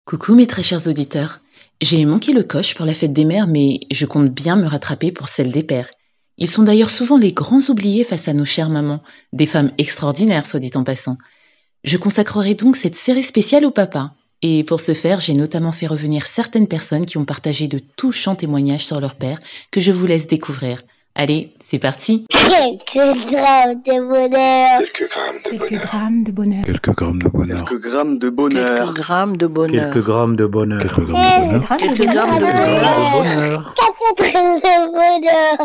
Coucou mes très chers auditeurs. J'ai manqué le coche pour la fête des mères, mais je compte bien me rattraper pour celle des pères. Ils sont d'ailleurs souvent les grands oubliés face à nos chères mamans, des femmes extraordinaires, soit dit en passant. Je consacrerai donc cette série spéciale au papa. Et pour ce faire, j'ai notamment fait revenir certaines personnes qui ont partagé de touchants témoignages sur leur père que je vous laisse découvrir. Allez, c'est parti. Quelques grammes de bonheur. Quelques grammes de bonheur. Quelques grammes de bonheur. Quelques grammes de bonheur. Quelques grammes de bonheur. Quelques grammes de bonheur. Quelques grammes de bonheur. Quelques grammes de bonheur. Quelques grammes de bonheur.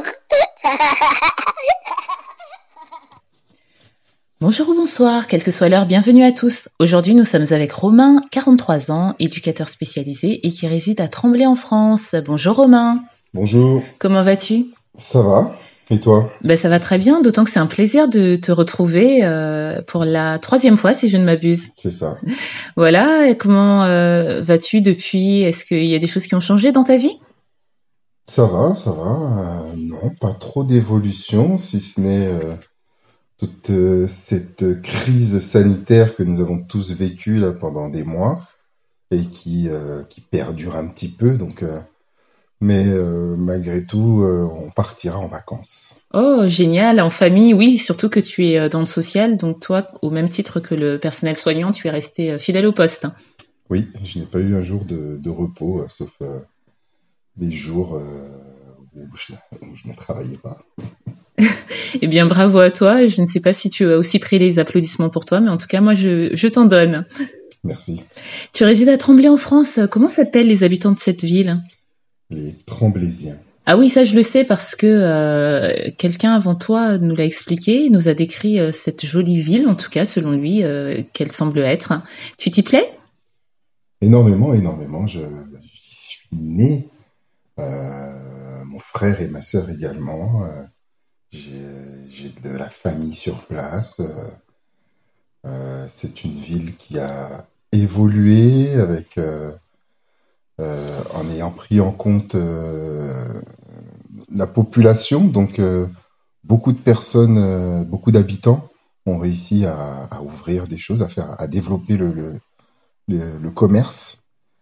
Bonjour ou bonsoir, quelle que soit l'heure, bienvenue à tous. Aujourd'hui, nous sommes avec Romain, 43 ans, éducateur spécialisé et qui réside à Tremblay en France. Bonjour Romain. Bonjour. Comment vas-tu ? Ça va ? Et toi ? Ça va très bien, d'autant que c'est un plaisir de te retrouver pour la 3e fois, si je ne m'abuse. C'est ça. Voilà, et comment vas-tu depuis ? Est-ce qu'il y a des choses qui ont changé dans ta vie ? Ça va, ça va. Non, pas trop d'évolution, si ce n'est toute cette crise sanitaire que nous avons tous vécue là pendant des mois et qui perdure un petit peu. Mais malgré tout, on partira en vacances. Oh, génial, en famille, oui, surtout que tu es dans le social, donc toi, au même titre que le personnel soignant, tu es resté fidèle au poste. Oui, je n'ai pas eu un jour de repos, sauf des jours où je ne travaillais pas. Eh bien, bravo à toi. Je ne sais pas si tu as aussi pris les applaudissements pour toi, mais en tout cas, moi, je t'en donne. Merci. Tu résides à Tremblay en France. Comment s'appellent les habitants de cette ville ? Les Tremblaysiens. Ah oui, ça je le sais parce que quelqu'un avant toi nous l'a expliqué, il nous a décrit cette jolie ville, en tout cas selon lui, qu'elle semble être. Tu t'y plais ? Énormément. J'y suis né. Mon frère et ma sœur également. J'ai de la famille sur place. C'est une ville qui a évolué avec en ayant pris en compte la population. Donc beaucoup de personnes, beaucoup d'habitants ont réussi à ouvrir des choses, à développer le commerce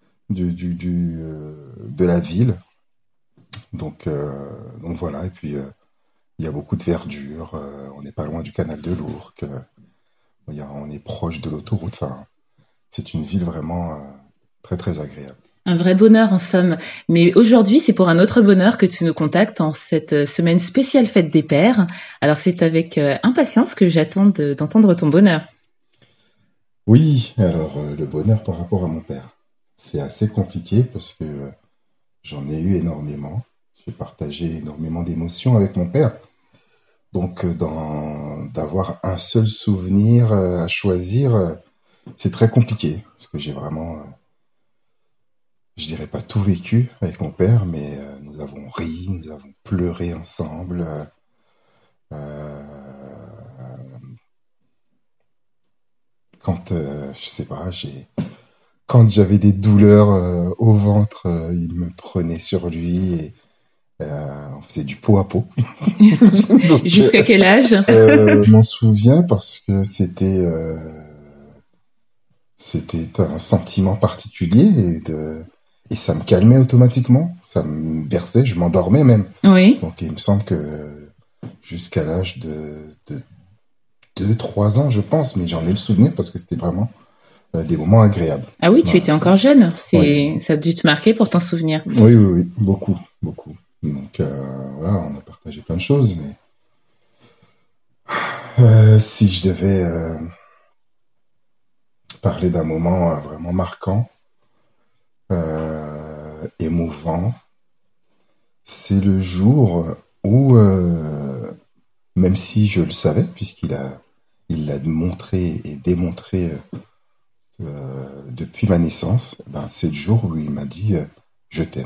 de la ville. Donc voilà. Et puis il y a beaucoup de verdure, on n'est pas loin du canal de l'Ourcq, on est proche de l'autoroute, enfin, c'est une ville vraiment très très agréable. Un vrai bonheur en somme. Mais aujourd'hui, c'est pour un autre bonheur que tu nous contactes en cette semaine spéciale fête des pères. Alors c'est avec impatience que j'attends d'entendre ton bonheur. Oui, alors le bonheur par rapport à mon père, c'est assez compliqué parce que j'en ai eu énormément. J'ai partagé énormément d'émotions avec mon père. Donc, d'avoir un seul souvenir à choisir, c'est très compliqué. Parce que j'ai vraiment, je dirais pas tout vécu avec mon père, mais nous avons ri, nous avons pleuré ensemble. Quand, je sais pas, quand j'avais des douleurs au ventre, il me prenait sur lui et on faisait du pot à pot. Donc, Jusqu'à quel âge ? Je m'en souviens parce que c'était un sentiment particulier et ça me calmait automatiquement. Ça me berçait, je m'endormais même. Oui. Donc il me semble que jusqu'à l'âge de 2-3 ans, je pense, mais j'en ai le souvenir parce que c'était vraiment des moments agréables. Ah oui, tu étais encore jeune. Oui. Ça a dû te marquer pour t'en souvenir. Oui, beaucoup. Donc voilà, on a partagé plein de choses, mais si je devais parler d'un moment vraiment marquant, émouvant, c'est le jour où, même si je le savais, puisqu'il l'a montré et démontré depuis ma naissance, c'est le jour où il m'a dit je t'aime.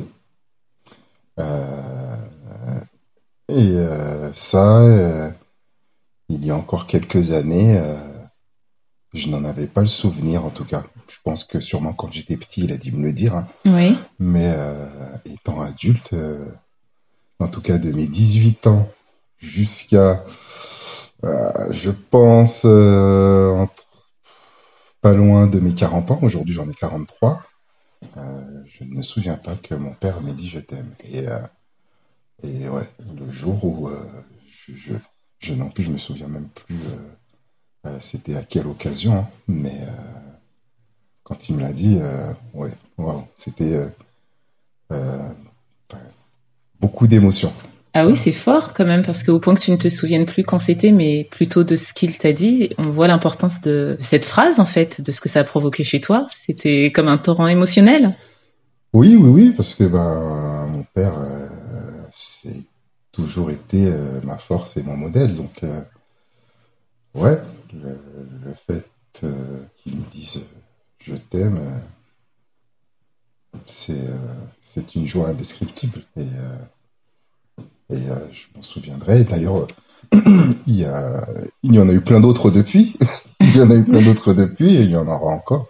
Ça, il y a encore quelques années, je n'en avais pas le souvenir, en tout cas. Je pense que sûrement quand j'étais petit, il a dû me le dire. Hein. Oui. Mais étant adulte, en tout cas de mes 18 ans jusqu'à, je pense, pas loin de mes 40 ans. Aujourd'hui, j'en ai 43. Je ne me souviens pas que mon père m'ait dit je t'aime. Et ouais, le jour où je non plus, je me souviens même plus c'était à quelle occasion, hein, mais quand il me l'a dit, ouais, waouh, c'était beaucoup d'émotions. Ah oui, c'est fort quand même, parce qu'au point que tu ne te souviennes plus quand c'était, mais plutôt de ce qu'il t'a dit, on voit l'importance de cette phrase, en fait, de ce que ça a provoqué chez toi. C'était comme un torrent émotionnel. Oui, parce que mon père, c'est toujours été ma force et mon modèle, donc ouais, le fait qu'il me dise je t'aime, c'est une joie indescriptible, et je m'en souviendrai. D'ailleurs, il y en a eu plein d'autres depuis. Il y en a eu plein d'autres depuis, et il y en aura encore.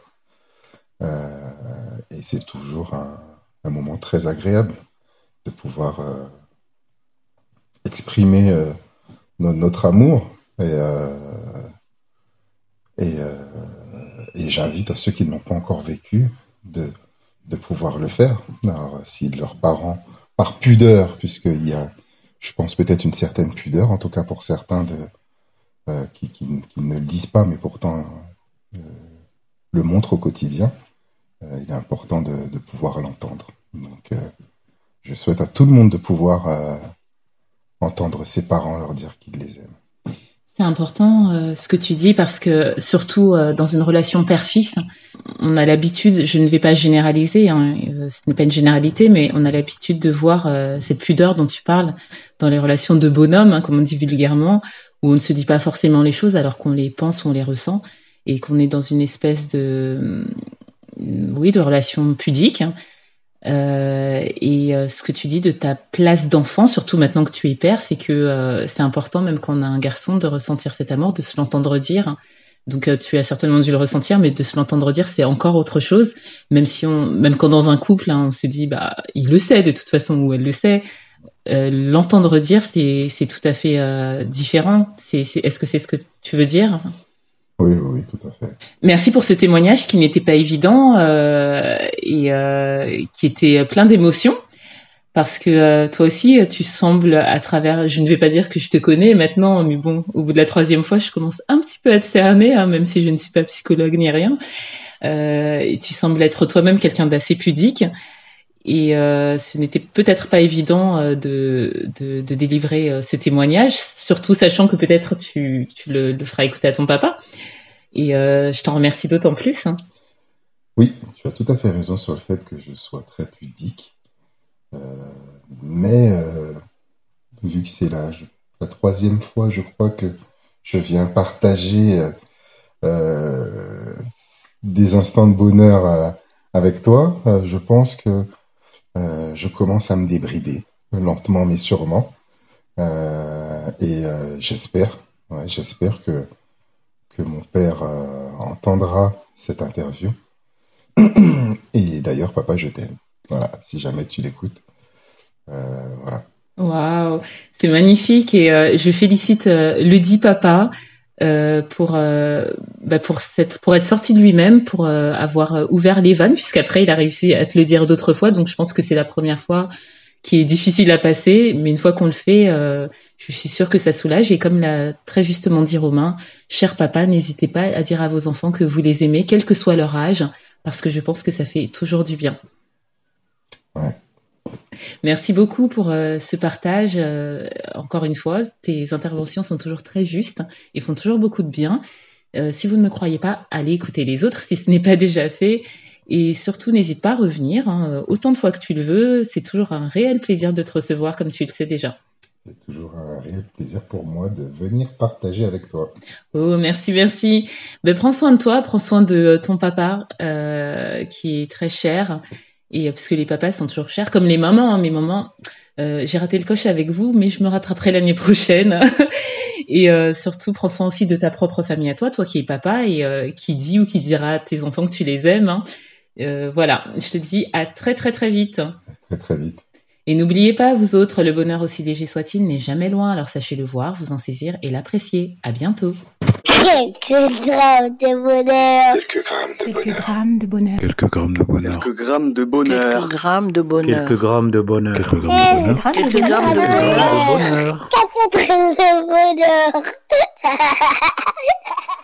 Et c'est toujours un moment très agréable de pouvoir exprimer notre amour. Et j'invite à ceux qui ne l'ont pas encore vécu de pouvoir le faire. Alors, si leurs parents, par pudeur, puisqu'il y a, je pense, peut-être une certaine pudeur, en tout cas pour certains qui ne le disent pas, mais pourtant le montrent au quotidien, il est important de pouvoir l'entendre. Donc, je souhaite à tout le monde de pouvoir entendre ses parents leur dire qu'ils les aiment. C'est important ce que tu dis, parce que surtout dans une relation père-fils, on a l'habitude, je ne vais pas généraliser, hein, ce n'est pas une généralité, mais on a l'habitude de voir cette pudeur dont tu parles dans les relations de bonhomme, hein, comme on dit vulgairement, où on ne se dit pas forcément les choses alors qu'on les pense ou on les ressent, et qu'on est dans une espèce de relation pudique. Ce que tu dis de ta place d'enfant, surtout maintenant que tu es père, c'est que c'est important, même quand on a un garçon, de ressentir cet amour, de se l'entendre dire. Donc tu as certainement dû le ressentir, mais de se l'entendre dire, c'est encore autre chose. Même quand dans un couple, hein, on se dit, il le sait de toute façon, ou elle le sait. L'entendre dire, c'est tout à fait différent. Est-ce que c'est ce que tu veux dire ? Oui, tout à fait. Merci pour ce témoignage qui n'était pas évident et qui était plein d'émotions, parce que toi aussi, tu sembles à travers... Je ne vais pas dire que je te connais maintenant, mais bon, au bout de la 3e fois, je commence un petit peu à te cerner, hein, même si je ne suis pas psychologue ni rien. Et tu sembles être toi-même quelqu'un d'assez pudique. Et ce n'était peut-être pas évident de délivrer ce témoignage, surtout sachant que peut-être tu le feras écouter à ton papa. Et je t'en remercie d'autant plus. Hein. Oui, tu as tout à fait raison sur le fait que je sois très pudique. Mais vu que c'est la 3e fois, je crois que je viens partager des instants de bonheur avec toi, je pense que je commence à me débrider, lentement mais sûrement. J'espère que mon père entendra cette interview. Et d'ailleurs, papa, je t'aime. Voilà, si jamais tu l'écoutes. Voilà. Waouh, c'est magnifique, et je félicite le dit papa pour être sorti de lui-même, pour avoir ouvert les vannes, puisqu'après il a réussi à te le dire d'autres fois. Donc je pense que c'est la première fois qui est difficile à passer, mais une fois qu'on le fait, je suis sûre que ça soulage. Et comme l'a très justement dit Romain, cher papa, n'hésitez pas à dire à vos enfants que vous les aimez, quel que soit leur âge, parce que je pense que ça fait toujours du bien. Ouais. Merci beaucoup pour ce partage. Encore une fois, tes interventions sont toujours très justes et font toujours beaucoup de bien. Si vous ne me croyez pas, allez écouter les autres si ce n'est pas déjà fait. Et surtout, n'hésite pas à revenir, hein, autant de fois que tu le veux. C'est toujours un réel plaisir de te recevoir, comme tu le sais déjà. C'est toujours un réel plaisir pour moi de venir partager avec toi. Oh, merci. Prends soin de toi, prends soin de ton papa, qui est très cher. Et parce que les papas sont toujours chers, comme les mamans. Hein. Mes mamans, j'ai raté le coche avec vous, mais je me rattraperai l'année prochaine. Et surtout, prends soin aussi de ta propre famille à toi qui es papa, et qui dit ou qui dira à tes enfants que tu les aimes. Hein. Voilà, je te dis à très très très vite. Très très vite. Et n'oubliez pas, vous autres, le bonheur aussi léger soit-il n'est jamais loin, alors sachez le voir, vous en saisir et l'apprécier. À bientôt. Quelques grammes de bonheur. Quelques grammes de bonheur. Quelques grammes de bonheur. Quelques grammes de bonheur. Quelques grammes de bonheur. Quelques grammes de bonheur. Quelques grammes de bonheur. Quelques Quelques grammes grammes de de bonheur. bonheur. 4 grammes de bonheur.